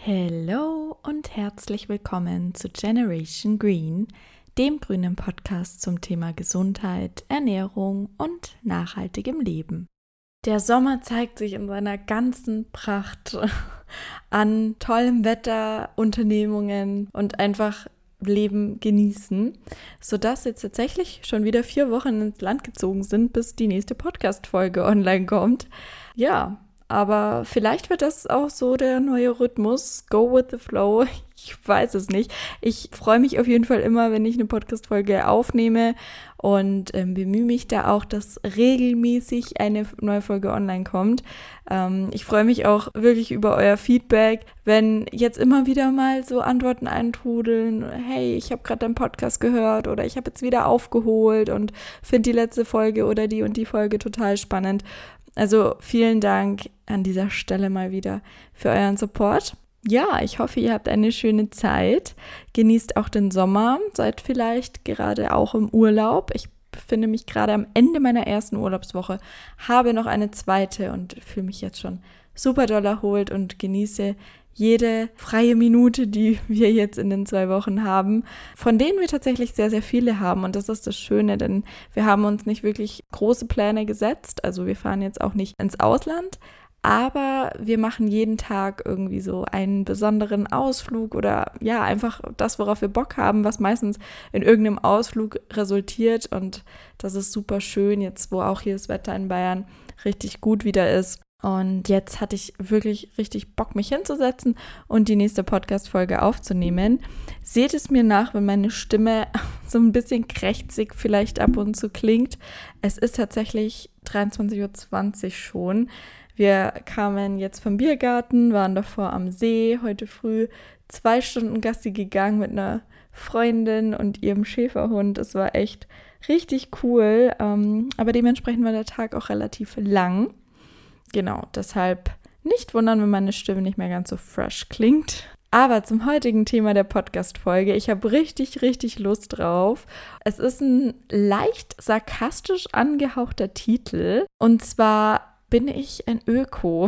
Hello und herzlich willkommen zu Generation Green, dem grünen Podcast zum Thema Gesundheit, Ernährung und nachhaltigem Leben. Der Sommer zeigt sich in seiner ganzen Pracht an tollem Wetter, Unternehmungen und einfach Leben genießen, sodass jetzt tatsächlich schon wieder 4 Wochen ins Land gezogen sind, bis die nächste Podcast-Folge online kommt. Ja, aber vielleicht wird das auch so der neue Rhythmus. Go with the flow. Ich weiß es nicht. Ich freue mich auf jeden Fall immer, wenn ich eine Podcast-Folge aufnehme und bemühe mich da auch, dass regelmäßig eine neue Folge online kommt. Ich freue mich auch wirklich über euer Feedback, wenn jetzt immer wieder mal so Antworten eintrudeln. Hey, ich habe gerade deinen Podcast gehört oder ich habe jetzt wieder aufgeholt und finde die letzte Folge oder die und die Folge total spannend. Also vielen Dank an dieser Stelle mal wieder für euren Support. Ja, ich hoffe, ihr habt eine schöne Zeit. Genießt auch den Sommer, seid vielleicht gerade auch im Urlaub. Ich befinde mich gerade am Ende meiner ersten Urlaubswoche, habe noch eine zweite und fühle mich jetzt schon super doll erholt und genieße jede freie Minute, die wir jetzt in den 2 Wochen haben, von denen wir tatsächlich sehr, sehr viele haben. Und das ist das Schöne, denn wir haben uns nicht wirklich große Pläne gesetzt. Also wir fahren jetzt auch nicht ins Ausland, aber wir machen jeden Tag irgendwie so einen besonderen Ausflug oder ja, einfach das, worauf wir Bock haben, was meistens in irgendeinem Ausflug resultiert. Und das ist super schön, jetzt wo auch hier das Wetter in Bayern richtig gut wieder ist. Und jetzt hatte ich wirklich richtig Bock, mich hinzusetzen und die nächste Podcast-Folge aufzunehmen. Seht es mir nach, wenn meine Stimme so ein bisschen krächzig vielleicht ab und zu klingt. Es ist tatsächlich 23:20 Uhr schon. Wir kamen jetzt vom Biergarten, waren davor am See, heute früh 2 Stunden Gassi gegangen mit einer Freundin und ihrem Schäferhund. Es war echt richtig cool, aber dementsprechend war der Tag auch relativ lang. Genau, deshalb nicht wundern, wenn meine Stimme nicht mehr ganz so fresh klingt. Aber zum heutigen Thema der Podcast-Folge, ich habe richtig, richtig Lust drauf. Es ist ein leicht sarkastisch angehauchter Titel und zwar: Bin ich ein Öko?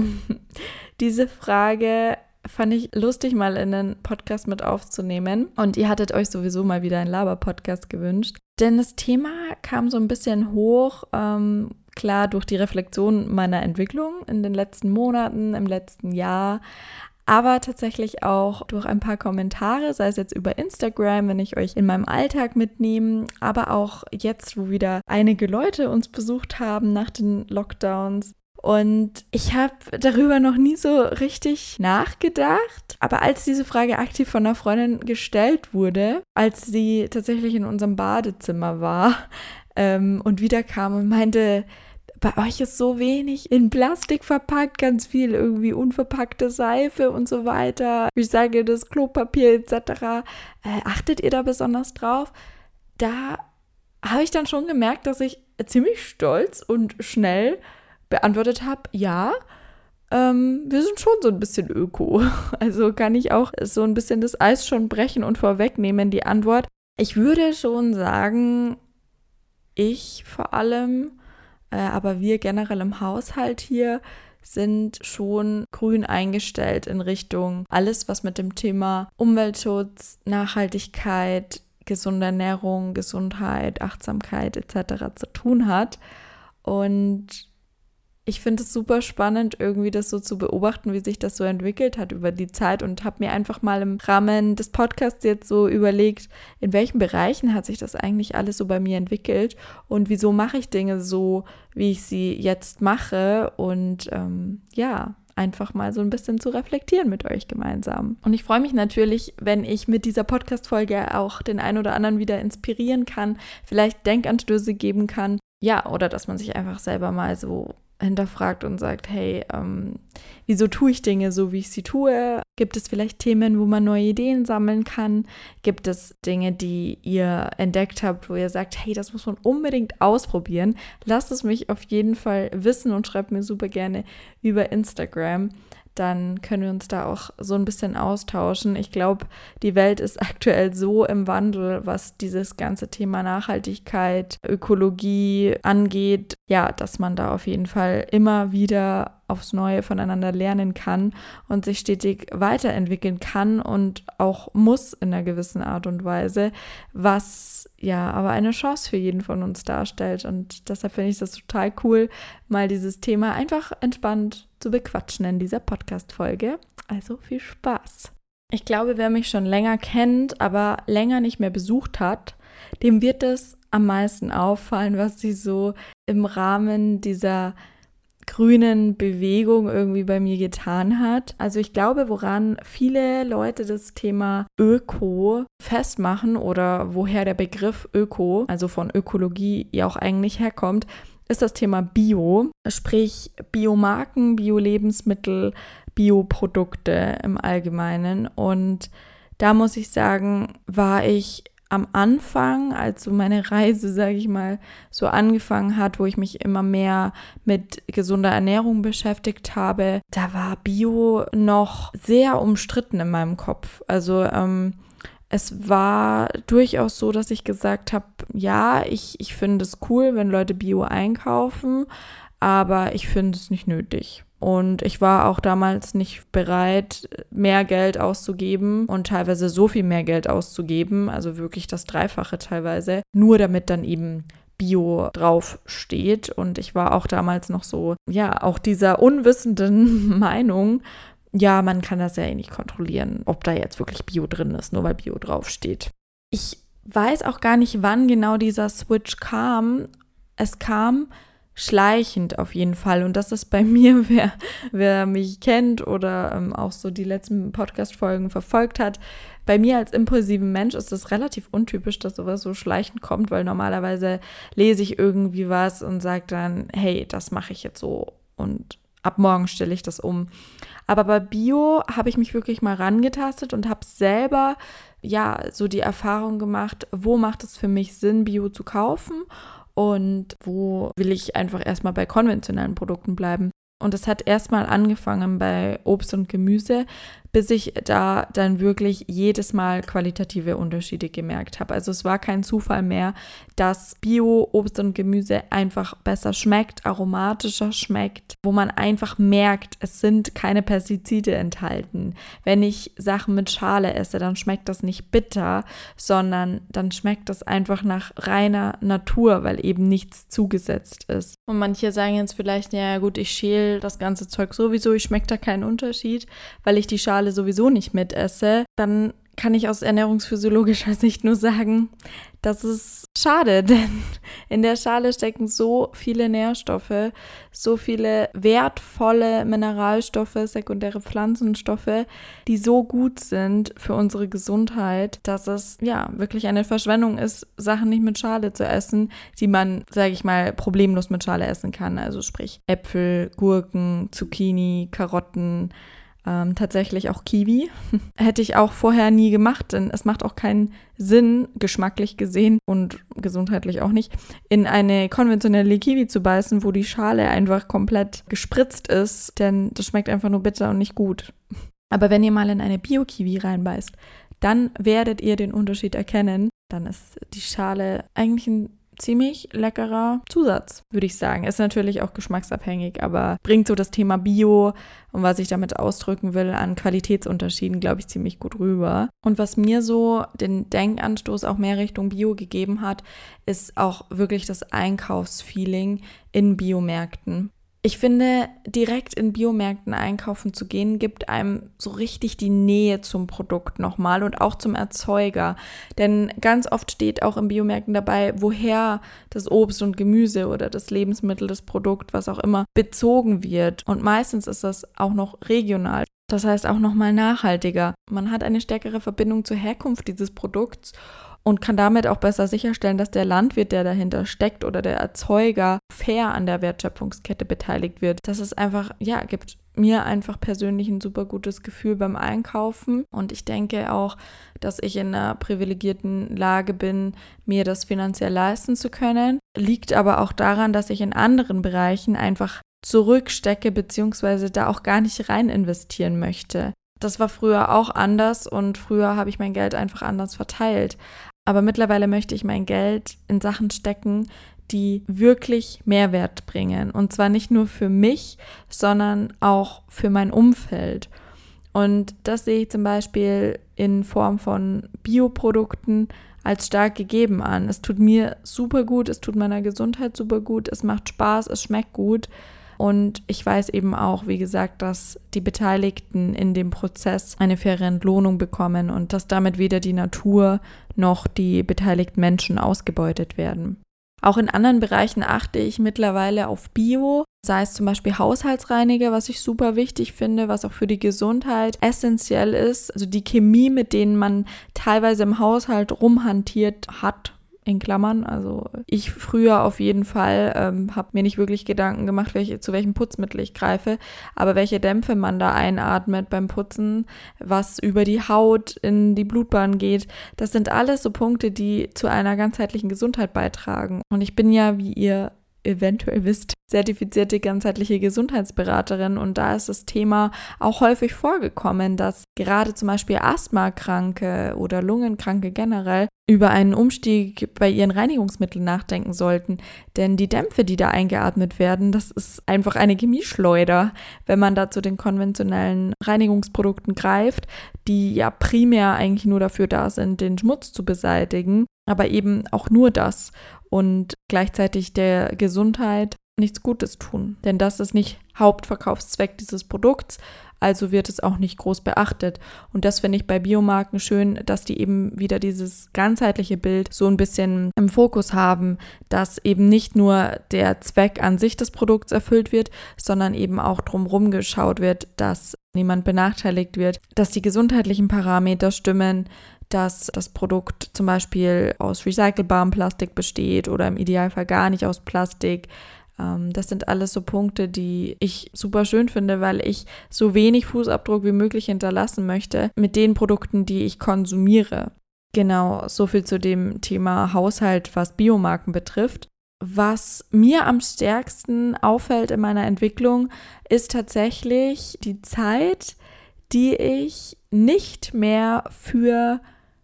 Diese Frage fand ich lustig, mal in einen Podcast mit aufzunehmen. Und ihr hattet euch sowieso mal wieder einen Laber-Podcast gewünscht. Denn das Thema kam so ein bisschen hoch, klar durch die Reflexion meiner Entwicklung in den letzten Monaten, im letzten Jahr, aber tatsächlich auch durch ein paar Kommentare, sei es jetzt über Instagram, wenn ich euch in meinem Alltag mitnehme, aber auch jetzt, wo wieder einige Leute uns besucht haben nach den Lockdowns. Und ich habe darüber noch nie so richtig nachgedacht. Aber als diese Frage aktiv von einer Freundin gestellt wurde, als sie tatsächlich in unserem Badezimmer war und wiederkam und meinte, bei euch ist so wenig in Plastik verpackt, ganz viel irgendwie unverpackte Seife und so weiter, recyceltes Klopapier etc. Achtet ihr da besonders drauf? Da habe ich dann schon gemerkt, dass ich ziemlich stolz und schnell beantwortet habe, ja, wir sind schon so ein bisschen öko. Also kann ich auch so ein bisschen das Eis schon brechen und vorwegnehmen, die Antwort. Ich würde schon sagen, ich vor allem, aber wir generell im Haushalt hier sind schon grün eingestellt in Richtung alles, was mit dem Thema Umweltschutz, Nachhaltigkeit, gesunde Ernährung, Gesundheit, Achtsamkeit etc. zu tun hat. Und ich finde es super spannend, irgendwie das so zu beobachten, wie sich das so entwickelt hat über die Zeit und habe mir einfach mal im Rahmen des Podcasts jetzt so überlegt, in welchen Bereichen hat sich das eigentlich alles so bei mir entwickelt und wieso mache ich Dinge so, wie ich sie jetzt mache und einfach mal so ein bisschen zu reflektieren mit euch gemeinsam. Und ich freue mich natürlich, wenn ich mit dieser Podcast-Folge auch den einen oder anderen wieder inspirieren kann, vielleicht Denkanstöße geben kann, ja, oder dass man sich einfach selber mal so hinterfragt und sagt, hey, wieso tue ich Dinge so, wie ich sie tue? Gibt es vielleicht Themen, wo man neue Ideen sammeln kann? Gibt es Dinge, die ihr entdeckt habt, wo ihr sagt, hey, das muss man unbedingt ausprobieren? Lasst es mich auf jeden Fall wissen und schreibt mir super gerne über Instagram. dann können wir uns da auch so ein bisschen austauschen. Ich glaube, die Welt ist aktuell so im Wandel, was dieses ganze Thema Nachhaltigkeit, Ökologie angeht, ja, dass man da auf jeden Fall immer wieder aufs Neue voneinander lernen kann und sich stetig weiterentwickeln kann und auch muss in einer gewissen Art und Weise, was ja aber eine Chance für jeden von uns darstellt. Und deshalb finde ich das total cool, mal dieses Thema einfach entspannt zu bequatschen in dieser Podcast-Folge. Also viel Spaß. Ich glaube, wer mich schon länger kennt, aber länger nicht mehr besucht hat, dem wird es am meisten auffallen, was sie so im Rahmen dieser grünen Bewegung irgendwie bei mir getan hat. Also ich glaube, woran viele Leute das Thema Öko festmachen oder woher der Begriff Öko, also von Ökologie ja auch eigentlich herkommt, ist das Thema Bio, sprich Biomarken, Bio-Lebensmittel, Bioprodukte im Allgemeinen. Und da muss ich sagen, war ich am Anfang, als so meine Reise, sage ich mal, so angefangen hat, wo ich mich immer mehr mit gesunder Ernährung beschäftigt habe, da war Bio noch sehr umstritten in meinem Kopf. Also es war durchaus so, dass ich gesagt habe, ja, ich finde es cool, wenn Leute Bio einkaufen, aber ich finde es nicht nötig. Und ich war auch damals nicht bereit, mehr Geld auszugeben und teilweise so viel mehr Geld auszugeben, also wirklich das Dreifache teilweise, nur damit dann eben Bio drauf steht. Und ich war auch damals noch so, ja, auch dieser unwissenden Meinung, ja, man kann das ja eh nicht kontrollieren, ob da jetzt wirklich Bio drin ist, nur weil Bio drauf steht. Ich weiß auch gar nicht, wann genau dieser Switch kam. Es kam schleichend auf jeden Fall. Und das ist bei mir, wer mich kennt oder auch so die letzten Podcast-Folgen verfolgt hat, bei mir als impulsiven Mensch ist es relativ untypisch, dass sowas so schleichend kommt, weil normalerweise lese ich irgendwie was und sage dann, hey, das mache ich jetzt so und ab morgen stelle ich das um. Aber bei Bio habe ich mich wirklich mal rangetastet und habe selber ja so die Erfahrung gemacht, wo macht es für mich Sinn, Bio zu kaufen und wo will ich einfach erstmal bei konventionellen Produkten bleiben. Und es hat erstmal angefangen bei Obst und Gemüse, bis ich da dann wirklich jedes Mal qualitative Unterschiede gemerkt habe. Also es war kein Zufall mehr, dass Bio-Obst und Gemüse einfach besser schmeckt, aromatischer schmeckt, wo man einfach merkt, es sind keine Pestizide enthalten. Wenn ich Sachen mit Schale esse, dann schmeckt das nicht bitter, sondern dann schmeckt das einfach nach reiner Natur, weil eben nichts zugesetzt ist. Und manche sagen jetzt vielleicht, ja gut, ich schäle das ganze Zeug sowieso, ich schmecke da keinen Unterschied, weil ich die Schale sowieso nicht mitesse. Dann kann ich aus ernährungsphysiologischer Sicht nur sagen, das ist schade, denn in der Schale stecken so viele Nährstoffe, so viele wertvolle Mineralstoffe, sekundäre Pflanzenstoffe, die so gut sind für unsere Gesundheit, dass es ja wirklich eine Verschwendung ist, Sachen nicht mit Schale zu essen, die man, sage ich mal, problemlos mit Schale essen kann. Also sprich Äpfel, Gurken, Zucchini, Karotten, tatsächlich auch Kiwi. Hätte ich auch vorher nie gemacht, denn es macht auch keinen Sinn, geschmacklich gesehen und gesundheitlich auch nicht, in eine konventionelle Kiwi zu beißen, wo die Schale einfach komplett gespritzt ist, denn das schmeckt einfach nur bitter und nicht gut. Aber wenn ihr mal in eine Bio-Kiwi reinbeißt, dann werdet ihr den Unterschied erkennen. Dann ist die Schale eigentlich ein ziemlich leckerer Zusatz, würde ich sagen. Ist natürlich auch geschmacksabhängig, aber bringt so das Thema Bio und was ich damit ausdrücken will an Qualitätsunterschieden, glaube ich, ziemlich gut rüber. Und was mir so den Denkanstoß auch mehr Richtung Bio gegeben hat, ist auch wirklich das Einkaufsfeeling in Biomärkten. Ich finde, direkt in Biomärkten einkaufen zu gehen, gibt einem so richtig die Nähe zum Produkt nochmal und auch zum Erzeuger. Denn ganz oft steht auch in Biomärkten dabei, woher das Obst und Gemüse oder das Lebensmittel, das Produkt, was auch immer, bezogen wird. Und meistens ist das auch noch regional. Das heißt auch nochmal nachhaltiger. Man hat eine stärkere Verbindung zur Herkunft dieses Produkts und kann damit auch besser sicherstellen, dass der Landwirt, der dahinter steckt oder der Erzeuger fair an der Wertschöpfungskette beteiligt wird. Das ist einfach, ja, gibt mir einfach persönlich ein super gutes Gefühl beim Einkaufen und ich denke auch, dass ich in einer privilegierten Lage bin, mir das finanziell leisten zu können. Liegt aber auch daran, dass ich in anderen Bereichen einfach zurückstecke, beziehungsweise da auch gar nicht rein investieren möchte. Das war früher auch anders und früher habe ich mein Geld einfach anders verteilt. Aber mittlerweile möchte ich mein Geld in Sachen stecken, die wirklich Mehrwert bringen. Und zwar nicht nur für mich, sondern auch für mein Umfeld. Und das sehe ich zum Beispiel in Form von Bioprodukten als stark gegeben an. Es tut mir super gut, es tut meiner Gesundheit super gut, es macht Spaß, es schmeckt gut. Und ich weiß eben auch, wie gesagt, dass die Beteiligten in dem Prozess eine faire Entlohnung bekommen und dass damit weder die Natur noch die beteiligten Menschen ausgebeutet werden. Auch in anderen Bereichen achte ich mittlerweile auf Bio, sei es zum Beispiel Haushaltsreiniger, was ich super wichtig finde, was auch für die Gesundheit essentiell ist. Also die Chemie, mit denen man teilweise im Haushalt rumhantiert hat, in Klammern. Also ich früher auf jeden Fall habe mir nicht wirklich Gedanken gemacht, zu welchem Putzmittel ich greife, aber welche Dämpfe man da einatmet beim Putzen, was über die Haut in die Blutbahn geht, das sind alles so Punkte, die zu einer ganzheitlichen Gesundheit beitragen. Und ich bin ja, wie ihr eventuell wisst, zertifizierte ganzheitliche Gesundheitsberaterin und da ist das Thema auch häufig vorgekommen, dass gerade zum Beispiel Asthmakranke oder Lungenkranke generell über einen Umstieg bei ihren Reinigungsmitteln nachdenken sollten, denn die Dämpfe, die da eingeatmet werden, das ist einfach eine Chemieschleuder, wenn man da zu den konventionellen Reinigungsprodukten greift, die ja primär eigentlich nur dafür da sind, den Schmutz zu beseitigen, aber eben auch nur das und gleichzeitig der Gesundheit nichts Gutes tun. Denn das ist nicht Hauptverkaufszweck dieses Produkts, also wird es auch nicht groß beachtet. Und das finde ich bei Biomarken schön, dass die eben wieder dieses ganzheitliche Bild so ein bisschen im Fokus haben, dass eben nicht nur der Zweck an sich des Produkts erfüllt wird, sondern eben auch drumherum geschaut wird, dass niemand benachteiligt wird, dass die gesundheitlichen Parameter stimmen, dass das Produkt zum Beispiel aus recycelbarem Plastik besteht oder im Idealfall gar nicht aus Plastik. Das sind alles so Punkte, die ich super schön finde, weil ich so wenig Fußabdruck wie möglich hinterlassen möchte mit den Produkten, die ich konsumiere. Genau, so viel zu dem Thema Haushalt, was Biomarken betrifft. Was mir am stärksten auffällt in meiner Entwicklung, ist tatsächlich die Zeit, die ich nicht mehr für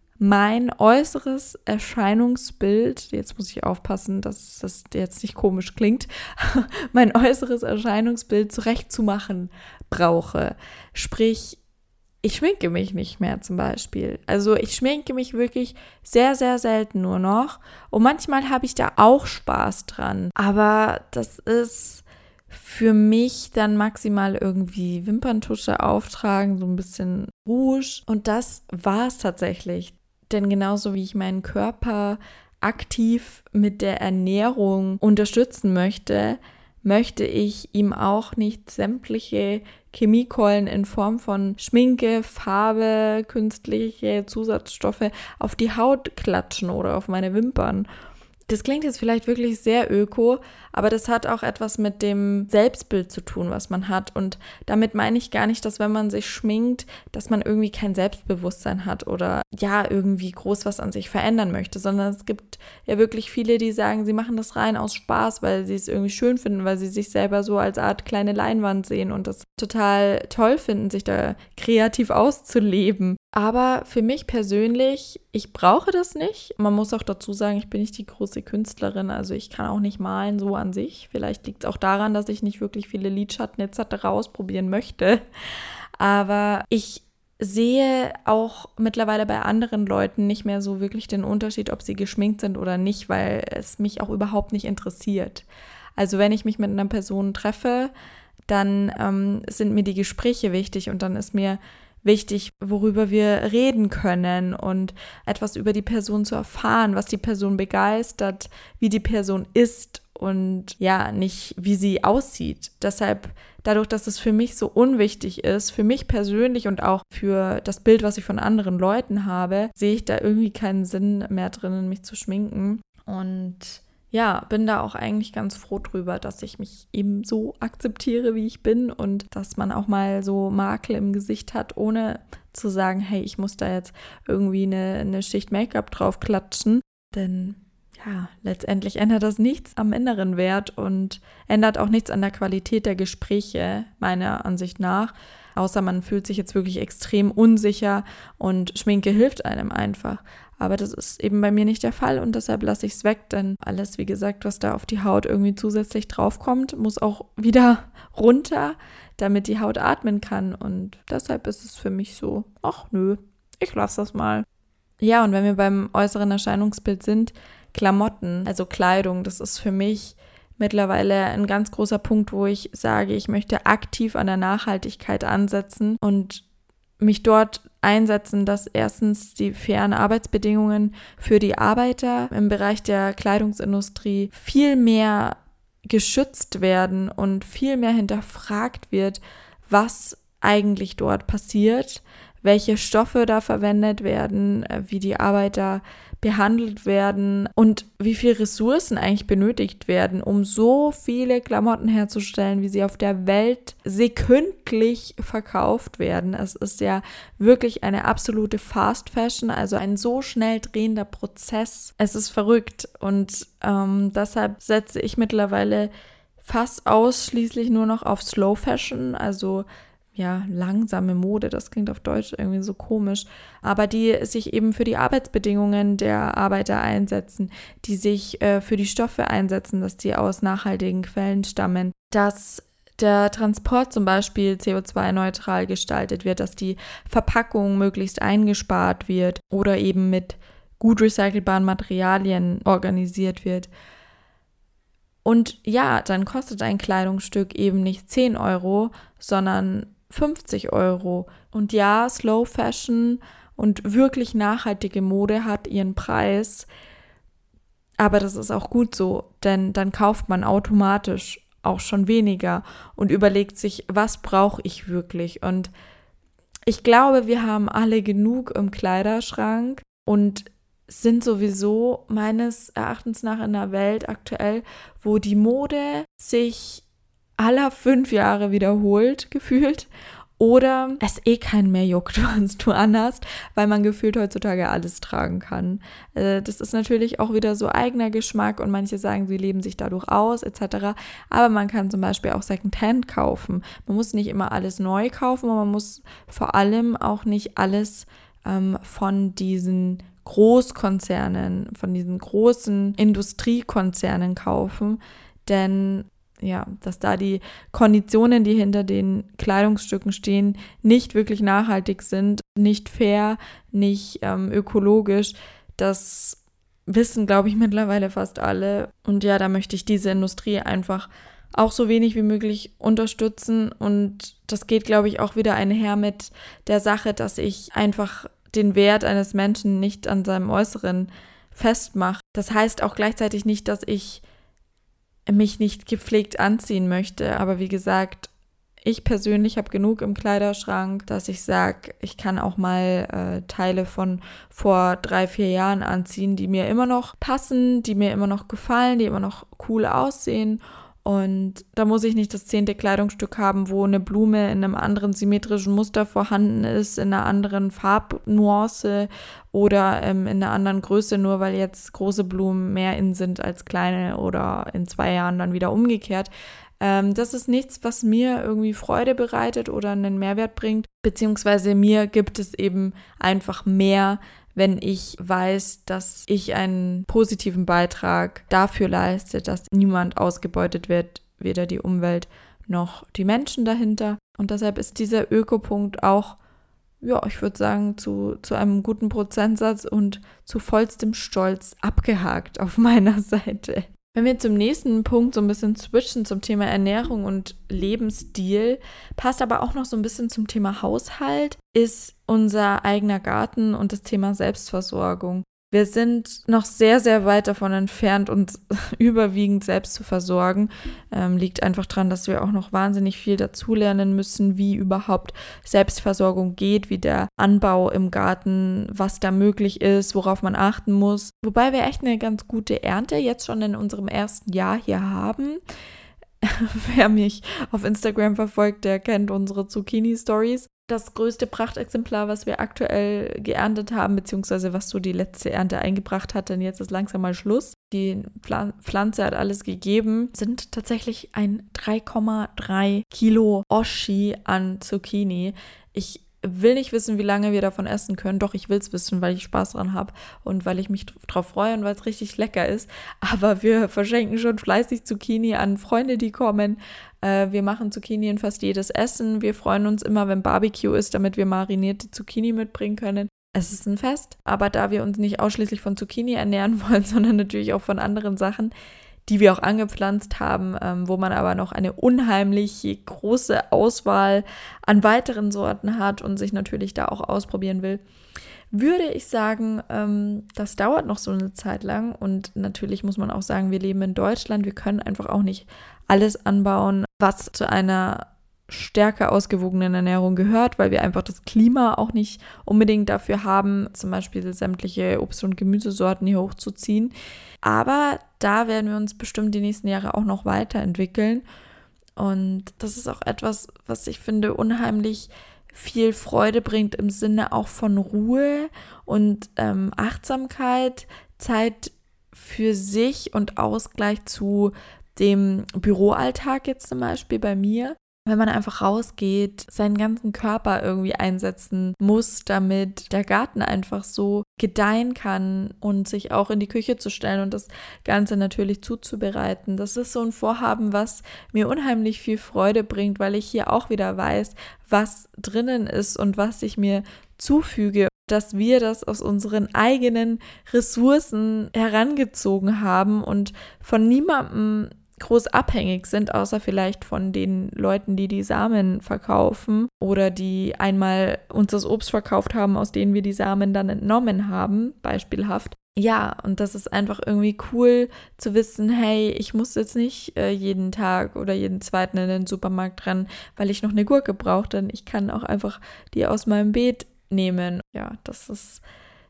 mein äußeres Erscheinungsbild, jetzt muss ich aufpassen, dass das jetzt nicht komisch klingt, mein äußeres Erscheinungsbild zurechtzumachen brauche. Sprich, ich schminke mich nicht mehr zum Beispiel. Also ich schminke mich wirklich sehr, sehr selten nur noch. Und manchmal habe ich da auch Spaß dran. Aber das ist für mich dann maximal irgendwie Wimperntusche auftragen, so ein bisschen Rouge. Und das war es tatsächlich. Denn genauso wie ich meinen Körper aktiv mit der Ernährung unterstützen möchte, möchte ich ihm auch nicht sämtliche Chemiekeulen in Form von Schminke, Farbe, künstliche Zusatzstoffe auf die Haut klatschen oder auf meine Wimpern. Das klingt jetzt vielleicht wirklich sehr öko, aber das hat auch etwas mit dem Selbstbild zu tun, was man hat. Und damit meine ich gar nicht, dass wenn man sich schminkt, dass man irgendwie kein Selbstbewusstsein hat oder ja irgendwie groß was an sich verändern möchte, sondern es gibt ja wirklich viele, die sagen, sie machen das rein aus Spaß, weil sie es irgendwie schön finden, weil sie sich selber so als Art kleine Leinwand sehen und das total toll finden, sich da kreativ auszuleben. Aber für mich persönlich, ich brauche das nicht. Man muss auch dazu sagen, ich bin nicht die große Künstlerin, also ich kann auch nicht malen so an sich. Vielleicht liegt es auch daran, dass ich nicht wirklich viele Lidschatten etc. ausprobieren möchte. Aber ich sehe auch mittlerweile bei anderen Leuten nicht mehr so wirklich den Unterschied, ob sie geschminkt sind oder nicht, weil es mich auch überhaupt nicht interessiert. Also wenn ich mich mit einer Person treffe, dann sind mir die Gespräche wichtig und dann ist mir wichtig, worüber wir reden können und etwas über die Person zu erfahren, was die Person begeistert, wie die Person ist und ja, nicht wie sie aussieht. Deshalb, dadurch, dass es für mich so unwichtig ist, für mich persönlich und auch für das Bild, was ich von anderen Leuten habe, sehe ich da irgendwie keinen Sinn mehr drin, mich zu schminken. Und ja, bin da auch eigentlich ganz froh drüber, dass ich mich eben so akzeptiere, wie ich bin und dass man auch mal so Makel im Gesicht hat, ohne zu sagen, hey, ich muss da jetzt irgendwie eine Schicht Make-up drauf klatschen. Denn ja, letztendlich ändert das nichts am inneren Wert und ändert auch nichts an der Qualität der Gespräche, meiner Ansicht nach. Außer man fühlt sich jetzt wirklich extrem unsicher und Schminke hilft einem einfach. Aber das ist eben bei mir nicht der Fall und deshalb lasse ich es weg, denn alles, wie gesagt, was da auf die Haut irgendwie zusätzlich draufkommt, muss auch wieder runter, damit die Haut atmen kann. Und deshalb ist es für mich so, ach nö, ich lasse das mal. Ja, und wenn wir beim äußeren Erscheinungsbild sind, Klamotten, also Kleidung, das ist für mich mittlerweile ein ganz großer Punkt, wo ich sage, ich möchte aktiv an der Nachhaltigkeit ansetzen und mich dort einsetzen, dass erstens die fairen Arbeitsbedingungen für die Arbeiter im Bereich der Kleidungsindustrie viel mehr geschützt werden und viel mehr hinterfragt wird, was eigentlich dort passiert, welche Stoffe da verwendet werden, wie die Arbeiter behandelt werden und wie viele Ressourcen eigentlich benötigt werden, um so viele Klamotten herzustellen, wie sie auf der Welt sekündlich verkauft werden. Es ist ja wirklich eine absolute Fast Fashion, also ein so schnell drehender Prozess. Es ist verrückt und deshalb setze ich mittlerweile fast ausschließlich nur noch auf Slow Fashion, also ja, langsame Mode, das klingt auf Deutsch irgendwie so komisch, aber die sich eben für die Arbeitsbedingungen der Arbeiter einsetzen, die sich für die Stoffe einsetzen, dass die aus nachhaltigen Quellen stammen, dass der Transport zum Beispiel CO2-neutral gestaltet wird, dass die Verpackung möglichst eingespart wird oder eben mit gut recycelbaren Materialien organisiert wird. Und ja, dann kostet ein Kleidungsstück eben nicht 10 Euro, sondern 50 Euro. Und ja, Slow Fashion und wirklich nachhaltige Mode hat ihren Preis. Aber das ist auch gut so, denn dann kauft man automatisch auch schon weniger und überlegt sich, was brauche ich wirklich? Und ich glaube, wir haben alle genug im Kleiderschrank und sind sowieso meines Erachtens nach in einer Welt aktuell, wo die Mode sich aller 5 Jahre wiederholt, gefühlt, oder es keinen mehr juckt, was du anhast, weil man gefühlt heutzutage alles tragen kann. Das ist natürlich auch wieder so eigener Geschmack und manche sagen, sie leben sich dadurch aus, etc. Aber man kann zum Beispiel auch Secondhand kaufen. Man muss nicht immer alles neu kaufen, aber man muss vor allem auch nicht alles von diesen Großkonzernen, von diesen großen Industriekonzernen kaufen, denn ja, dass da die Konditionen, die hinter den Kleidungsstücken stehen, nicht wirklich nachhaltig sind, nicht fair, nicht ökologisch. Das wissen, glaube ich, mittlerweile fast alle. Und ja, da möchte ich diese Industrie einfach auch so wenig wie möglich unterstützen. Und das geht, glaube ich, auch wieder einher mit der Sache, dass ich einfach den Wert eines Menschen nicht an seinem Äußeren festmache. Das heißt auch gleichzeitig nicht, dass ich mich nicht gepflegt anziehen möchte. Aber wie gesagt, ich persönlich habe genug im Kleiderschrank, dass ich sage, ich kann auch mal Teile von vor 3-4 Jahren anziehen, die mir immer noch passen, die mir immer noch gefallen, die immer noch cool aussehen. Und da muss ich nicht das 10. Kleidungsstück haben, wo eine Blume in einem anderen symmetrischen Muster vorhanden ist, in einer anderen Farbnuance oder in einer anderen Größe, nur weil jetzt große Blumen mehr in sind als kleine oder in 2 Jahren dann wieder umgekehrt. Das ist nichts, was mir irgendwie Freude bereitet oder einen Mehrwert bringt, beziehungsweise mir gibt es eben einfach mehr, wenn ich weiß, dass ich einen positiven Beitrag dafür leiste, dass niemand ausgebeutet wird, weder die Umwelt noch die Menschen dahinter. Und deshalb ist dieser Ökopunkt auch, ja, ich würde sagen, zu einem guten Prozentsatz und zu vollstem Stolz abgehakt auf meiner Seite. Wenn wir zum nächsten Punkt so ein bisschen switchen zum Thema Ernährung und Lebensstil, passt aber auch noch so ein bisschen zum Thema Haushalt, ist unser eigener Garten und das Thema Selbstversorgung. Wir sind noch sehr, sehr weit davon entfernt, uns überwiegend selbst zu versorgen. Liegt einfach daran, dass wir auch noch wahnsinnig viel dazulernen müssen, wie überhaupt Selbstversorgung geht, wie der Anbau im Garten, was da möglich ist, worauf man achten muss. Wobei wir echt eine ganz gute Ernte jetzt schon in unserem ersten Jahr hier haben. Wer mich auf Instagram verfolgt, der kennt unsere Zucchini-Stories. das größte Prachtexemplar, was wir aktuell geerntet haben, beziehungsweise was so die letzte Ernte eingebracht hat, denn jetzt ist langsam mal Schluss. Die Pflanze hat alles gegeben, sind tatsächlich ein 3,3 Kilo Oshi an Zucchini. Ich will nicht wissen, wie lange wir davon essen können. Doch, ich will es wissen, weil ich Spaß dran habe und weil ich mich drauf freue und weil es richtig lecker ist. Aber wir verschenken schon fleißig Zucchini an Freunde, die kommen. Wir machen Zucchini in fast jedes Essen. Wir freuen uns immer, wenn Barbecue ist, damit wir marinierte Zucchini mitbringen können. Es ist ein Fest, aber da wir uns nicht ausschließlich von Zucchini ernähren wollen, sondern natürlich auch von anderen Sachen, die wir auch angepflanzt haben, wo man aber noch eine unheimlich große Auswahl an weiteren Sorten hat und sich natürlich da auch ausprobieren will, würde ich sagen, das dauert noch so eine Zeit lang. Und natürlich muss man auch sagen, wir leben in Deutschland, wir können einfach auch nicht alles anbauen, was zu einer stärker ausgewogenen Ernährung gehört, weil wir einfach das Klima auch nicht unbedingt dafür haben, zum Beispiel sämtliche Obst- und Gemüsesorten hier hochzuziehen. Aber da werden wir uns bestimmt die nächsten Jahre auch noch weiterentwickeln. Und das ist auch etwas, was ich finde unheimlich viel Freude bringt im Sinne auch von Ruhe und Achtsamkeit, Zeit für sich und Ausgleich zu dem Büroalltag jetzt zum Beispiel bei mir. Wenn man einfach rausgeht, seinen ganzen Körper irgendwie einsetzen muss, damit der Garten einfach so gedeihen kann und sich auch in die Küche zu stellen und das Ganze natürlich zuzubereiten. Das ist so ein Vorhaben, was mir unheimlich viel Freude bringt, weil ich hier auch wieder weiß, was drinnen ist und was ich mir zufüge, dass wir das aus unseren eigenen Ressourcen herangezogen haben und von niemandem groß abhängig sind, außer vielleicht von den Leuten, die die Samen verkaufen oder die einmal uns das Obst verkauft haben, aus denen wir die Samen dann entnommen haben, beispielhaft. Ja, und das ist einfach irgendwie cool zu wissen, hey, ich muss jetzt nicht jeden Tag oder jeden zweiten in den Supermarkt rennen, weil ich noch eine Gurke brauche, denn ich kann auch einfach die aus meinem Beet nehmen. Ja, das ist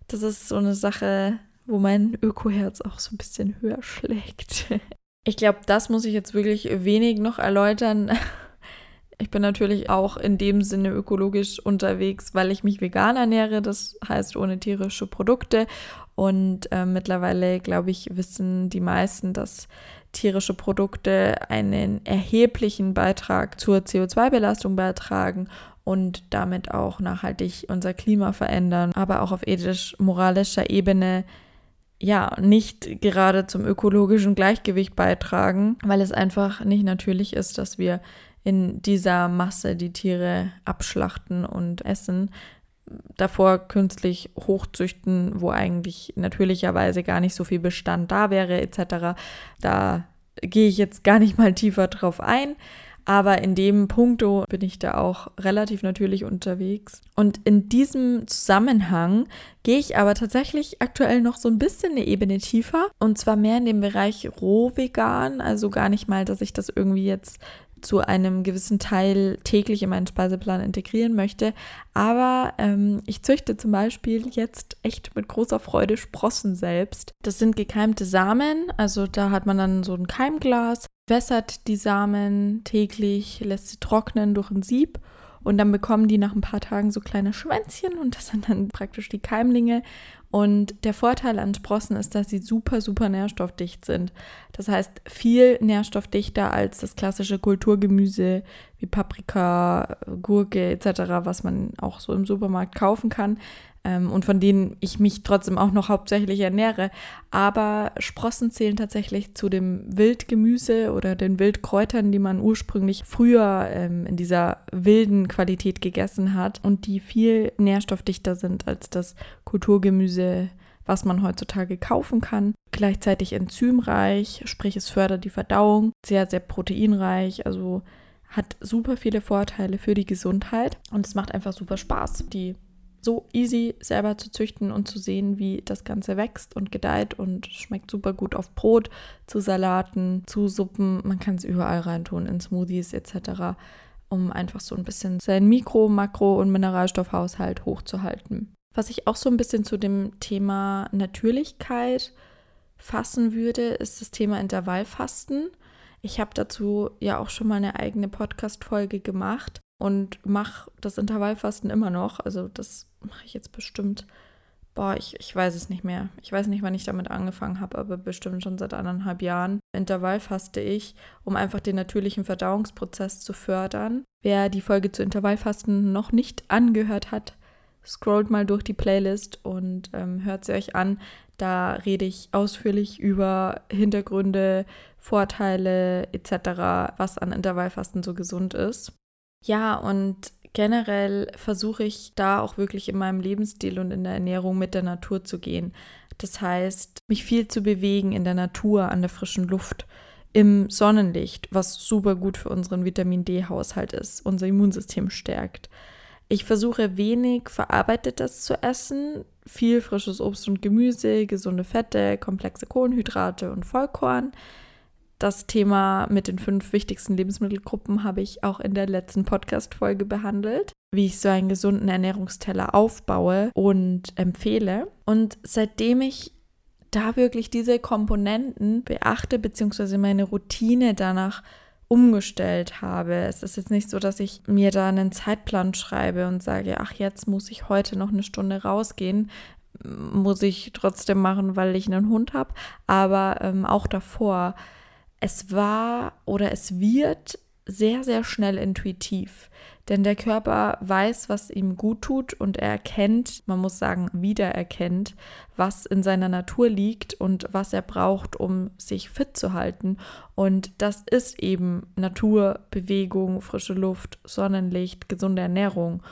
so eine Sache, wo mein Ökoherz auch so ein bisschen höher schlägt. Ich glaube, das muss ich jetzt wirklich wenig noch erläutern. Ich bin natürlich auch in dem Sinne ökologisch unterwegs, weil ich mich vegan ernähre, das heißt ohne tierische Produkte. Und mittlerweile, glaube ich, wissen die meisten, dass tierische Produkte einen erheblichen Beitrag zur CO2-Belastung beitragen und damit auch nachhaltig unser Klima verändern, aber auch auf ethisch-moralischer Ebene ja, nicht gerade zum ökologischen Gleichgewicht beitragen, weil es einfach nicht natürlich ist, dass wir in dieser Masse die Tiere abschlachten und essen, davor künstlich hochzüchten, wo eigentlich natürlicherweise gar nicht so viel Bestand da wäre, etc. Da gehe ich jetzt gar nicht mal tiefer drauf ein. Aber in dem Punkto bin ich da auch relativ natürlich unterwegs. Und in diesem Zusammenhang gehe ich aber tatsächlich aktuell noch so ein bisschen eine Ebene tiefer. Und zwar mehr in dem Bereich rohvegan. Also gar nicht mal, dass ich das irgendwie jetzt zu einem gewissen Teil täglich in meinen Speiseplan integrieren möchte. Aber ich züchte zum Beispiel jetzt echt mit großer Freude Sprossen selbst. Das sind gekeimte Samen. Also da hat man dann so ein Keimglas, wässert die Samen täglich, lässt sie trocknen durch ein Sieb und dann bekommen die nach ein paar Tagen so kleine Schwänzchen und das sind dann praktisch die Keimlinge. Und der Vorteil an Sprossen ist, dass sie super, super nährstoffdicht sind. Das heißt, viel nährstoffdichter als das klassische Kulturgemüse wie Paprika, Gurke etc., was man auch so im Supermarkt kaufen kann. Und von denen ich mich trotzdem auch noch hauptsächlich ernähre. Aber Sprossen zählen tatsächlich zu dem Wildgemüse oder den Wildkräutern, die man ursprünglich früher in dieser wilden Qualität gegessen hat und die viel nährstoffdichter sind als das Kulturgemüse, was man heutzutage kaufen kann. Gleichzeitig enzymreich, sprich es fördert die Verdauung, sehr, sehr proteinreich, also hat super viele Vorteile für die Gesundheit und es macht einfach super Spaß, die so easy selber zu züchten und zu sehen, wie das Ganze wächst und gedeiht und schmeckt super gut auf Brot, zu Salaten, zu Suppen. Man kann es überall reintun, in Smoothies etc., um einfach so ein bisschen seinen Mikro-, Makro- und Mineralstoffhaushalt hochzuhalten. Was ich auch so ein bisschen zu dem Thema Natürlichkeit fassen würde, ist das Thema Intervallfasten. Ich habe dazu ja auch schon mal eine eigene Podcast-Folge gemacht und mache das Intervallfasten immer noch. Also das mache ich jetzt bestimmt, ich weiß es nicht mehr. Ich weiß nicht, wann ich damit angefangen habe, aber bestimmt schon seit 1,5 Jahren. Intervallfaste ich, um einfach den natürlichen Verdauungsprozess zu fördern. Wer die Folge zu Intervallfasten noch nicht angehört hat, scrollt mal durch die Playlist und hört sie euch an. Da rede ich ausführlich über Hintergründe, Vorteile etc., was an Intervallfasten so gesund ist. Ja, und generell versuche ich da auch wirklich in meinem Lebensstil und in der Ernährung mit der Natur zu gehen. Das heißt, mich viel zu bewegen in der Natur, an der frischen Luft, im Sonnenlicht, was super gut für unseren Vitamin-D-Haushalt ist, unser Immunsystem stärkt. Ich versuche wenig Verarbeitetes zu essen, viel frisches Obst und Gemüse, gesunde Fette, komplexe Kohlenhydrate und Vollkorn. Das Thema mit den 5 wichtigsten Lebensmittelgruppen habe ich auch in der letzten Podcast-Folge behandelt, wie ich so einen gesunden Ernährungsteller aufbaue und empfehle. Und seitdem ich da wirklich diese Komponenten beachte, beziehungsweise meine Routine danach umgestellt habe. Es ist jetzt nicht so, dass ich mir da einen Zeitplan schreibe und sage, ach, jetzt muss ich heute noch eine Stunde rausgehen. Muss ich trotzdem machen, weil ich einen Hund habe. Aber auch davor, es war oder es wird sehr, sehr schnell intuitiv. Denn der Körper weiß, was ihm gut tut und er erkennt, man muss sagen, wiedererkennt, was in seiner Natur liegt und was er braucht, um sich fit zu halten. Und das ist eben Natur, Bewegung, frische Luft, Sonnenlicht, gesunde Ernährung.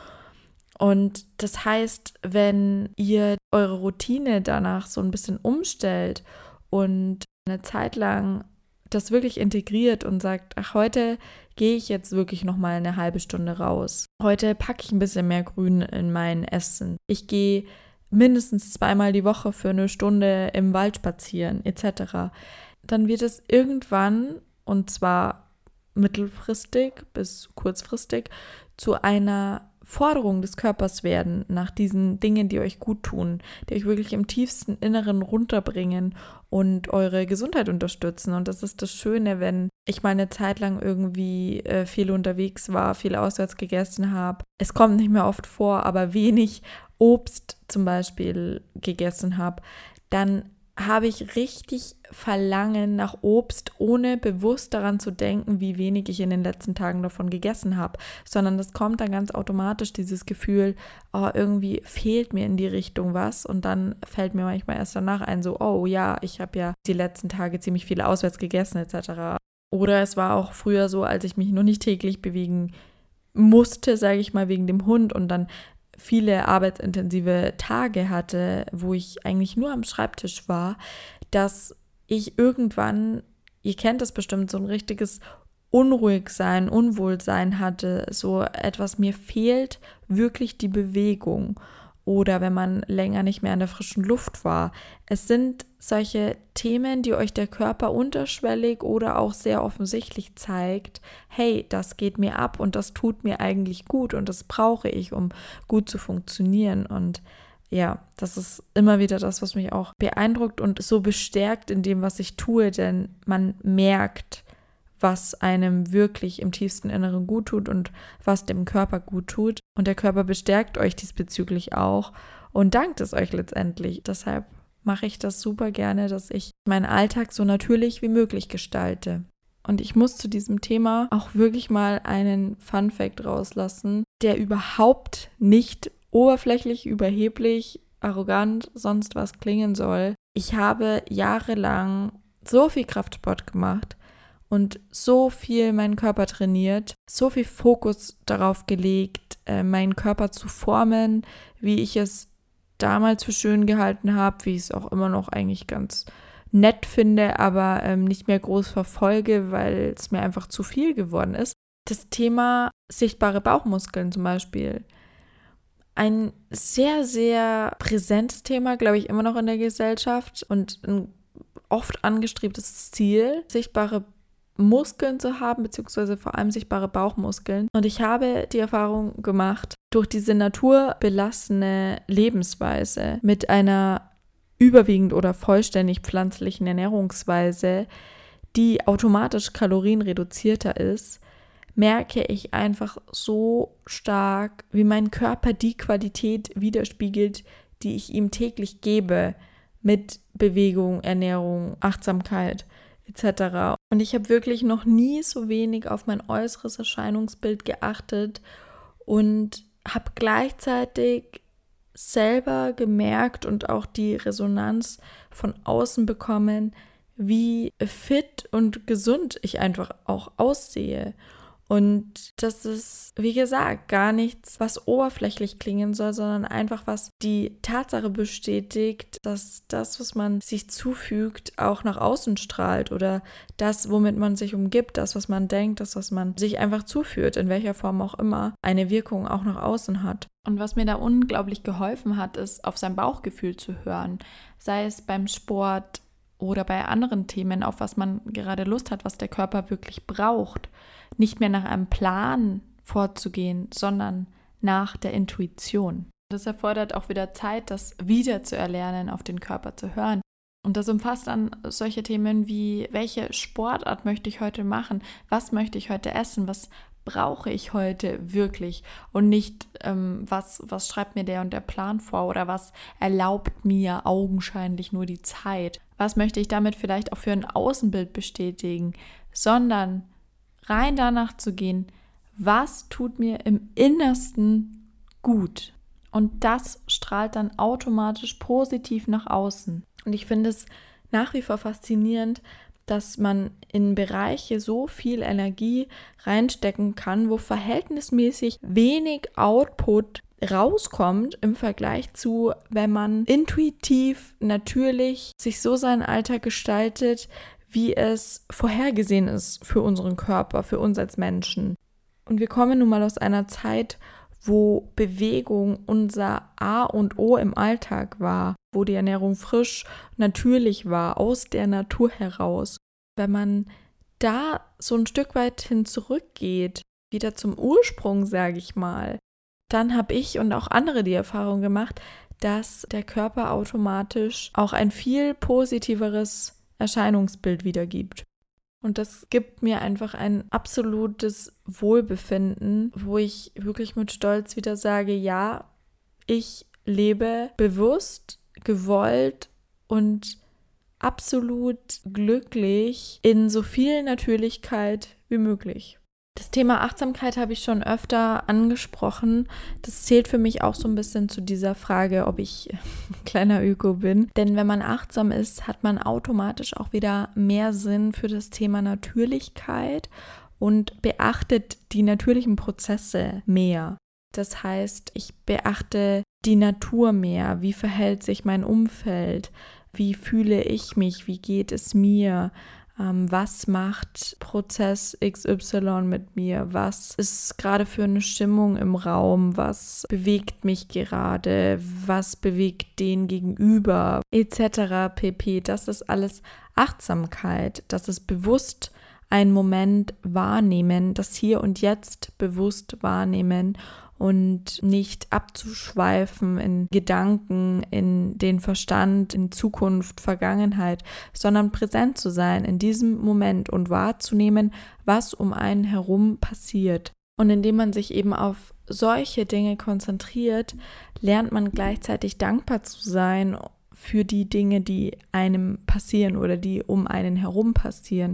Und das heißt, wenn ihr eure Routine danach so ein bisschen umstellt und eine Zeit lang das wirklich integriert und sagt, ach, heute gehe ich jetzt wirklich nochmal eine halbe Stunde raus. Heute packe ich ein bisschen mehr Grün in mein Essen. Ich gehe mindestens 2-mal die Woche für eine Stunde im Wald spazieren, etc. Dann wird es irgendwann, und zwar mittelfristig bis kurzfristig, zu einer Forderung des Körpers werden nach diesen Dingen, die euch gut tun, die euch wirklich im tiefsten Inneren runterbringen und eure Gesundheit unterstützen. Und das ist das Schöne, wenn ich mal eine Zeit lang irgendwie viel unterwegs war, viel auswärts gegessen habe. Es kommt nicht mehr oft vor, aber wenig Obst zum Beispiel gegessen habe, dann habe ich richtig Verlangen nach Obst, ohne bewusst daran zu denken, wie wenig ich in den letzten Tagen davon gegessen habe, sondern das kommt dann ganz automatisch, dieses Gefühl, oh, irgendwie fehlt mir in die Richtung was, und dann fällt mir manchmal erst danach ein, so, oh ja, ich habe ja die letzten Tage ziemlich viel auswärts gegessen etc. Oder es war auch früher so, als ich mich noch nicht täglich bewegen musste, sage ich mal, wegen dem Hund und dann viele arbeitsintensive Tage hatte, wo ich eigentlich nur am Schreibtisch war, dass ich irgendwann, ihr kennt das bestimmt, so ein richtiges Unruhigsein, Unwohlsein hatte, so etwas, mir fehlt wirklich die Bewegung. Oder wenn man länger nicht mehr an der frischen Luft war. Es sind solche Themen, die euch der Körper unterschwellig oder auch sehr offensichtlich zeigt, hey, das geht mir ab und das tut mir eigentlich gut und das brauche ich, um gut zu funktionieren. Und ja, das ist immer wieder das, was mich auch beeindruckt und so bestärkt in dem, was ich tue, denn man merkt, was einem wirklich im tiefsten Inneren gut tut und was dem Körper gut tut. Und der Körper bestärkt euch diesbezüglich auch und dankt es euch letztendlich. Deshalb mache ich das super gerne, dass ich meinen Alltag so natürlich wie möglich gestalte. Und ich muss zu diesem Thema auch wirklich mal einen Fun-Fact rauslassen, der überhaupt nicht oberflächlich, überheblich, arrogant, sonst was klingen soll. Ich habe jahrelang so viel Kraftsport gemacht und so viel meinen Körper trainiert, so viel Fokus darauf gelegt, meinen Körper zu formen, wie ich es damals für schön gehalten habe, wie ich es auch immer noch eigentlich ganz nett finde, aber nicht mehr groß verfolge, weil es mir einfach zu viel geworden ist. Das Thema sichtbare Bauchmuskeln zum Beispiel. Ein sehr, sehr präsentes Thema, glaube ich, immer noch in der Gesellschaft und ein oft angestrebtes Ziel, sichtbare Muskeln zu haben, beziehungsweise vor allem sichtbare Bauchmuskeln. Und ich habe die Erfahrung gemacht, durch diese naturbelassene Lebensweise mit einer überwiegend oder vollständig pflanzlichen Ernährungsweise, die automatisch kalorienreduzierter ist, merke ich einfach so stark, wie mein Körper die Qualität widerspiegelt, die ich ihm täglich gebe mit Bewegung, Ernährung, Achtsamkeit etc. Und ich habe wirklich noch nie so wenig auf mein äußeres Erscheinungsbild geachtet und habe gleichzeitig selber gemerkt und auch die Resonanz von außen bekommen, wie fit und gesund ich einfach auch aussehe. Und das ist, wie gesagt, gar nichts, was oberflächlich klingen soll, sondern einfach was die Tatsache bestätigt, dass das, was man sich zufügt, auch nach außen strahlt oder das, womit man sich umgibt, das, was man denkt, das, was man sich einfach zuführt, in welcher Form auch immer, eine Wirkung auch nach außen hat. Und was mir da unglaublich geholfen hat, ist, auf sein Bauchgefühl zu hören, sei es beim Sport oder bei anderen Themen, auf was man gerade Lust hat, was der Körper wirklich braucht. Nicht mehr nach einem Plan vorzugehen, sondern nach der Intuition. Das erfordert auch wieder Zeit, das wieder zu erlernen, auf den Körper zu hören. Und das umfasst dann solche Themen wie, welche Sportart möchte ich heute machen? Was möchte ich heute essen? Was brauche ich heute wirklich? Und nicht, was schreibt mir der und der Plan vor oder was erlaubt mir augenscheinlich nur die Zeit? Was möchte ich damit vielleicht auch für ein Außenbild bestätigen? Sondern rein danach zu gehen, was tut mir im Innersten gut? Und das strahlt dann automatisch positiv nach außen. Und ich finde es nach wie vor faszinierend, dass man in Bereiche so viel Energie reinstecken kann, wo verhältnismäßig wenig Output rauskommt im Vergleich zu, wenn man intuitiv, natürlich sich so seinen Alltag gestaltet, wie es vorhergesehen ist für unseren Körper, für uns als Menschen. Und wir kommen nun mal aus einer Zeit, wo Bewegung unser A und O im Alltag war, wo die Ernährung frisch, natürlich war, aus der Natur heraus. Wenn man da so ein Stück weit hin zurückgeht, wieder zum Ursprung, sage ich mal, dann habe ich und auch andere die Erfahrung gemacht, dass der Körper automatisch auch ein viel positiveres Erscheinungsbild wiedergibt. Und das gibt mir einfach ein absolutes Wohlbefinden, wo ich wirklich mit Stolz wieder sage, ja, ich lebe bewusst, gewollt und absolut glücklich in so viel Natürlichkeit wie möglich. Das Thema Achtsamkeit habe ich schon öfter angesprochen. Das zählt für mich auch so ein bisschen zu dieser Frage, ob ich ein kleiner Öko bin. Denn wenn man achtsam ist, hat man automatisch auch wieder mehr Sinn für das Thema Natürlichkeit und beachtet die natürlichen Prozesse mehr. Das heißt, ich beachte die Natur mehr. Wie verhält sich mein Umfeld? Wie fühle ich mich? Wie geht es mir? Was macht Prozess XY mit mir? Was ist gerade für eine Stimmung im Raum? Was bewegt mich gerade? Was bewegt den Gegenüber? Etc. pp. Das ist alles Achtsamkeit. Das ist bewusst einen Moment wahrnehmen, das Hier und Jetzt bewusst wahrnehmen und nicht abzuschweifen in Gedanken, in den Verstand, in Zukunft, Vergangenheit, sondern präsent zu sein in diesem Moment und wahrzunehmen, was um einen herum passiert. Und indem man sich eben auf solche Dinge konzentriert, lernt man gleichzeitig dankbar zu sein für die Dinge, die einem passieren oder die um einen herum passieren.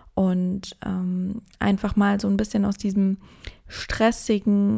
Und einfach mal so ein bisschen aus diesem stressigen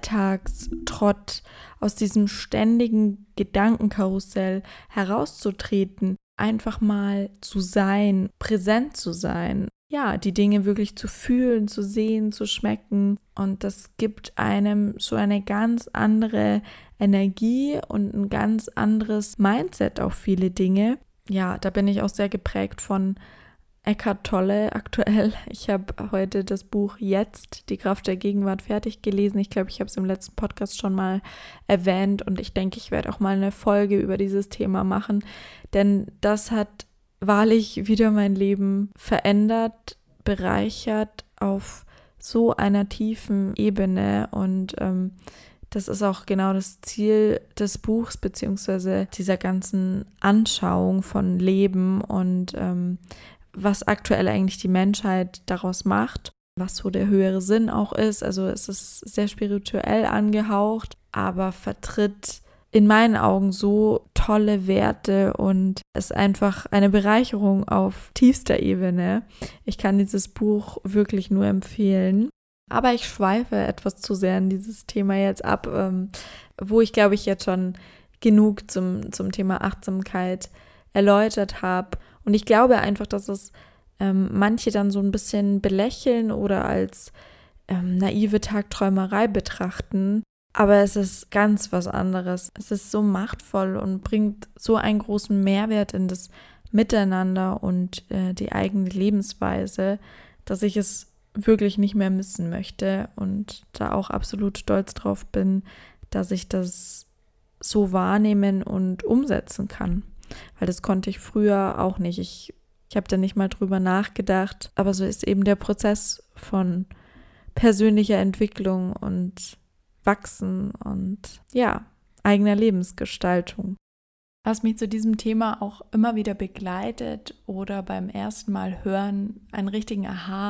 Alltagstrott, aus diesem ständigen Gedankenkarussell herauszutreten, einfach mal zu sein, präsent zu sein, ja, die Dinge wirklich zu fühlen, zu sehen, zu schmecken. Und das gibt einem so eine ganz andere Energie und ein ganz anderes Mindset auf viele Dinge. Ja, da bin ich auch sehr geprägt von Eckhart Tolle aktuell. Ich habe heute das Buch Jetzt, die Kraft der Gegenwart, fertig gelesen. Ich glaube, ich habe es im letzten Podcast schon mal erwähnt und ich denke, ich werde auch mal eine Folge über dieses Thema machen, denn das hat wahrlich wieder mein Leben verändert, bereichert auf so einer tiefen Ebene und das ist auch genau das Ziel des Buchs beziehungsweise dieser ganzen Anschauung von Leben und was aktuell eigentlich die Menschheit daraus macht, was so der höhere Sinn auch ist. Also es ist sehr spirituell angehaucht, aber vertritt in meinen Augen so tolle Werte und ist einfach eine Bereicherung auf tiefster Ebene. Ich kann dieses Buch wirklich nur empfehlen. Aber ich schweife etwas zu sehr in dieses Thema jetzt ab, wo ich, glaube ich, jetzt schon genug zum Thema Achtsamkeit erläutert habe. Und ich glaube einfach, dass es manche dann so ein bisschen belächeln oder als naive Tagträumerei betrachten. Aber es ist ganz was anderes. Es ist so machtvoll und bringt so einen großen Mehrwert in das Miteinander und die eigene Lebensweise, dass ich es wirklich nicht mehr missen möchte und da auch absolut stolz drauf bin, dass ich das so wahrnehmen und umsetzen kann. Weil das konnte ich früher auch nicht. Ich habe da nicht mal drüber nachgedacht. Aber so ist eben der Prozess von persönlicher Entwicklung und Wachsen und ja, eigener Lebensgestaltung. Was mich zu diesem Thema auch immer wieder begleitet oder beim ersten Mal hören einen richtigen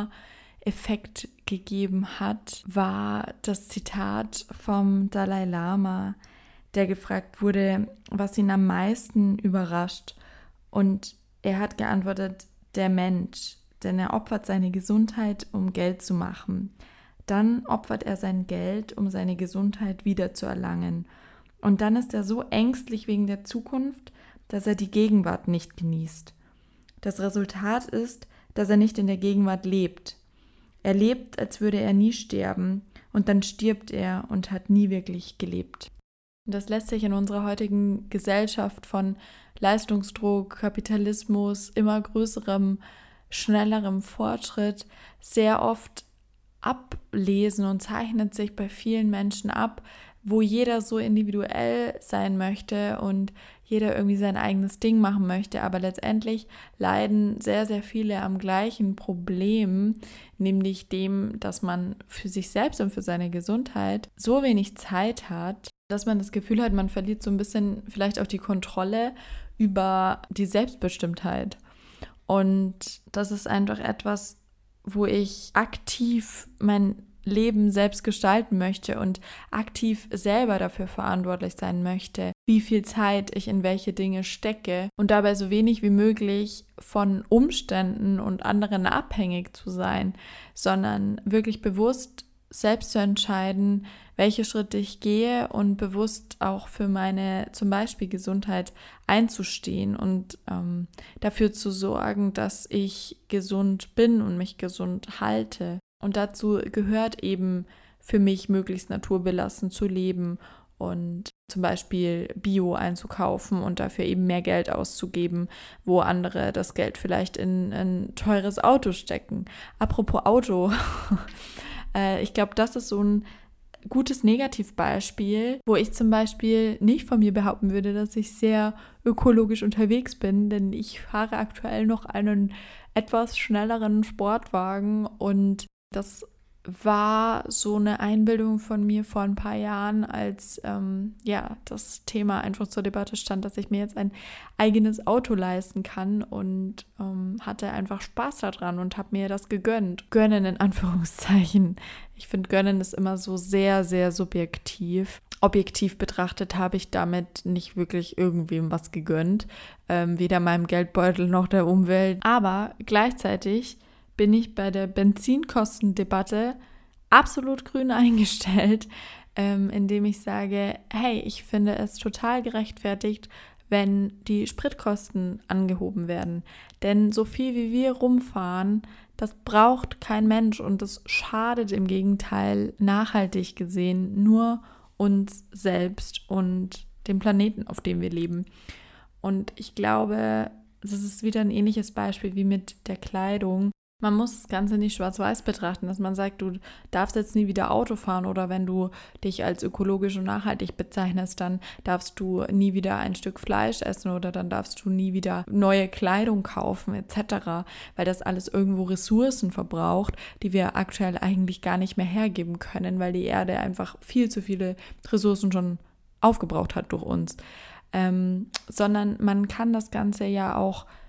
Aha-Effekt gegeben hat, war das Zitat vom Dalai Lama, der gefragt wurde, was ihn am meisten überrascht. Und er hat geantwortet, der Mensch, denn er opfert seine Gesundheit, um Geld zu machen. Dann opfert er sein Geld, um seine Gesundheit wiederzuerlangen. Und dann ist er so ängstlich wegen der Zukunft, dass er die Gegenwart nicht genießt. Das Resultat ist, dass er nicht in der Gegenwart lebt. Er lebt, als würde er nie sterben, und dann stirbt er und hat nie wirklich gelebt. Und das lässt sich in unserer heutigen Gesellschaft von Leistungsdruck, Kapitalismus, immer größerem, schnellerem Fortschritt sehr oft ablesen und zeichnet sich bei vielen Menschen ab, wo jeder so individuell sein möchte und jeder irgendwie sein eigenes Ding machen möchte, aber letztendlich leiden sehr, sehr viele am gleichen Problem, nämlich dem, dass man für sich selbst und für seine Gesundheit so wenig Zeit hat, dass man das Gefühl hat, man verliert so ein bisschen vielleicht auch die Kontrolle über die Selbstbestimmtheit. Und das ist einfach etwas, wo ich aktiv mein Leben selbst gestalten möchte und aktiv selber dafür verantwortlich sein möchte, wie viel Zeit ich in welche Dinge stecke und dabei so wenig wie möglich von Umständen und anderen abhängig zu sein, sondern wirklich bewusst selbst zu entscheiden, welche Schritte ich gehe und bewusst auch für meine zum Beispiel Gesundheit einzustehen und dafür zu sorgen, dass ich gesund bin und mich gesund halte. Und dazu gehört eben für mich, möglichst naturbelassen zu leben und zum Beispiel Bio einzukaufen und dafür eben mehr Geld auszugeben, wo andere das Geld vielleicht in ein teures Auto stecken. Apropos Auto, ich glaube, das ist so ein gutes Negativbeispiel, wo ich zum Beispiel nicht von mir behaupten würde, dass ich sehr ökologisch unterwegs bin, denn ich fahre aktuell noch einen etwas schnelleren Sportwagen und das war so eine Einbildung von mir vor ein paar Jahren, als das Thema einfach zur Debatte stand, dass ich mir jetzt ein eigenes Auto leisten kann und hatte einfach Spaß daran und habe mir das gegönnt. Gönnen in Anführungszeichen. Ich finde, gönnen ist immer so sehr, sehr subjektiv. Objektiv betrachtet habe ich damit nicht wirklich irgendwem was gegönnt, weder meinem Geldbeutel noch der Umwelt. Aber gleichzeitig bin ich bei der Benzinkostendebatte absolut grün eingestellt, indem ich sage, hey, ich finde es total gerechtfertigt, wenn die Spritkosten angehoben werden. Denn so viel wie wir rumfahren, das braucht kein Mensch und das schadet im Gegenteil nachhaltig gesehen nur uns selbst und dem Planeten, auf dem wir leben. Und ich glaube, das ist wieder ein ähnliches Beispiel wie mit der Kleidung. Man muss das Ganze nicht schwarz-weiß betrachten, dass man sagt, du darfst jetzt nie wieder Auto fahren oder wenn du dich als ökologisch und nachhaltig bezeichnest, dann darfst du nie wieder ein Stück Fleisch essen oder dann darfst du nie wieder neue Kleidung kaufen etc., weil das alles irgendwo Ressourcen verbraucht, die wir aktuell eigentlich gar nicht mehr hergeben können, weil die Erde einfach viel zu viele Ressourcen schon aufgebraucht hat durch uns. Sondern man kann das Ganze ja auch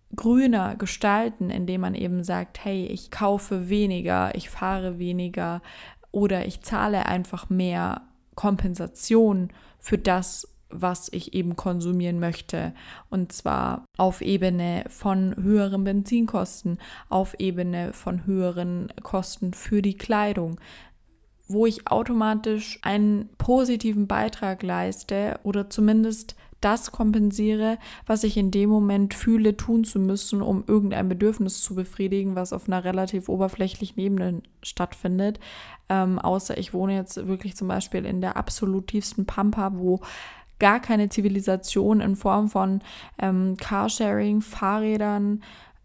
grüner gestalten, indem man eben sagt, hey, ich kaufe weniger, ich fahre weniger oder ich zahle einfach mehr Kompensation für das, was ich eben konsumieren möchte. Und zwar auf Ebene von höheren Benzinkosten, auf Ebene von höheren Kosten für die Kleidung, wo ich automatisch einen positiven Beitrag leiste oder zumindest das kompensiere, was ich in dem Moment fühle, tun zu müssen, um irgendein Bedürfnis zu befriedigen, was auf einer relativ oberflächlichen Ebene stattfindet. Außer ich wohne jetzt wirklich zum Beispiel in der absolut tiefsten Pampa, wo gar keine Zivilisation in Form von Carsharing, Fahrrädern,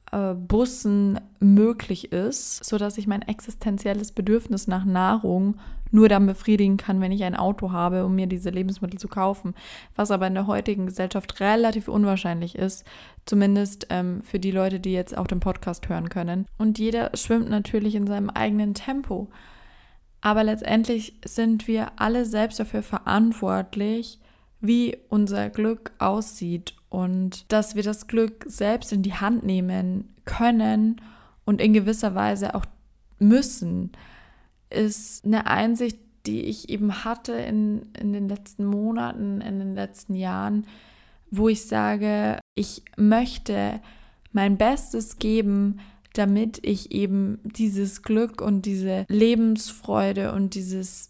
Bussen möglich ist, sodass ich mein existenzielles Bedürfnis nach Nahrung nur dann befriedigen kann, wenn ich ein Auto habe, um mir diese Lebensmittel zu kaufen. Was aber in der heutigen Gesellschaft relativ unwahrscheinlich ist, zumindest für die Leute, die jetzt auch den Podcast hören können. Und jeder schwimmt natürlich in seinem eigenen Tempo. Aber letztendlich sind wir alle selbst dafür verantwortlich, wie unser Glück aussieht und dass wir das Glück selbst in die Hand nehmen können und in gewisser Weise auch müssen, ist eine Einsicht, die ich eben hatte in den letzten Monaten, in den letzten Jahren, wo ich sage, ich möchte mein Bestes geben, damit ich eben dieses Glück und diese Lebensfreude und dieses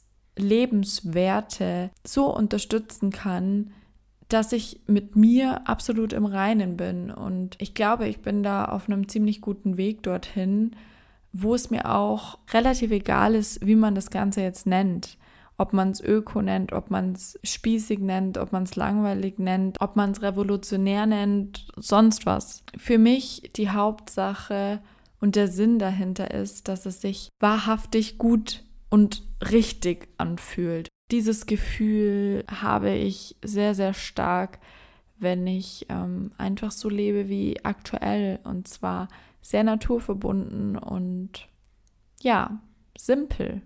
Lebenswerte so unterstützen kann, dass ich mit mir absolut im Reinen bin. Und ich glaube, ich bin da auf einem ziemlich guten Weg dorthin, wo es mir auch relativ egal ist, wie man das Ganze jetzt nennt. Ob man es Öko nennt, ob man es spießig nennt, ob man es langweilig nennt, ob man es revolutionär nennt, sonst was. Für mich die Hauptsache und der Sinn dahinter ist, dass es sich wahrhaftig gut und richtig anfühlt. Dieses Gefühl habe ich sehr, sehr stark, wenn ich einfach so lebe wie aktuell, und zwar sehr naturverbunden und ja, simpel,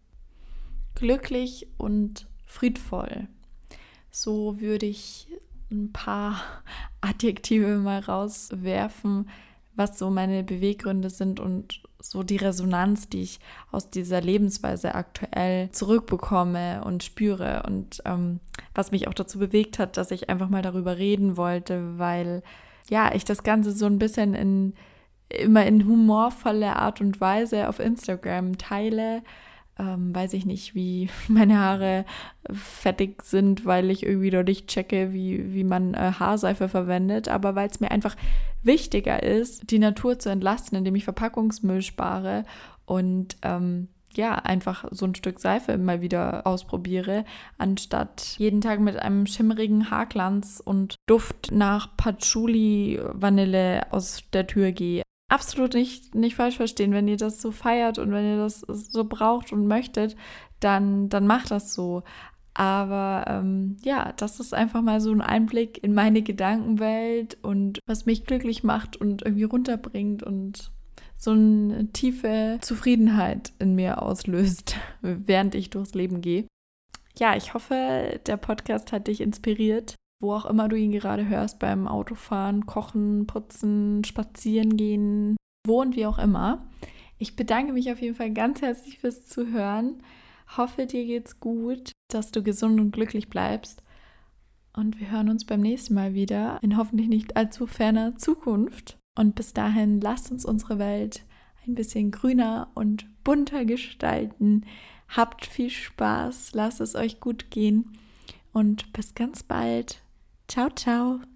glücklich und friedvoll. So würde ich ein paar Adjektive mal rauswerfen, was so meine Beweggründe sind und so die Resonanz, die ich aus dieser Lebensweise aktuell zurückbekomme und spüre und was mich auch dazu bewegt hat, dass ich einfach mal darüber reden wollte, weil ja, ich das Ganze so ein bisschen immer in humorvoller Art und Weise auf Instagram teile. Weiß ich nicht, wie meine Haare fettig sind, weil ich irgendwie noch nicht checke, wie man Haarseife verwendet, aber weil es mir einfach wichtiger ist, die Natur zu entlasten, indem ich Verpackungsmüll spare und einfach so ein Stück Seife mal wieder ausprobiere, anstatt jeden Tag mit einem schimmerigen Haarglanz und Duft nach Patchouli-Vanille aus der Tür gehe. Absolut nicht falsch verstehen, wenn ihr das so feiert und wenn ihr das so braucht und möchtet, dann macht das so. Aber das ist einfach mal so ein Einblick in meine Gedankenwelt und was mich glücklich macht und irgendwie runterbringt und so eine tiefe Zufriedenheit in mir auslöst, während ich durchs Leben gehe. Ja, ich hoffe, der Podcast hat dich inspiriert, wo auch immer du ihn gerade hörst, beim Autofahren, Kochen, Putzen, Spazieren gehen, wo und wie auch immer. Ich bedanke mich auf jeden Fall ganz herzlich fürs Zuhören. Hoffe, dir geht's gut, dass du gesund und glücklich bleibst. Und wir hören uns beim nächsten Mal wieder in hoffentlich nicht allzu ferner Zukunft. Und bis dahin, lasst uns unsere Welt ein bisschen grüner und bunter gestalten. Habt viel Spaß, lasst es euch gut gehen und bis ganz bald. Ciao, ciao.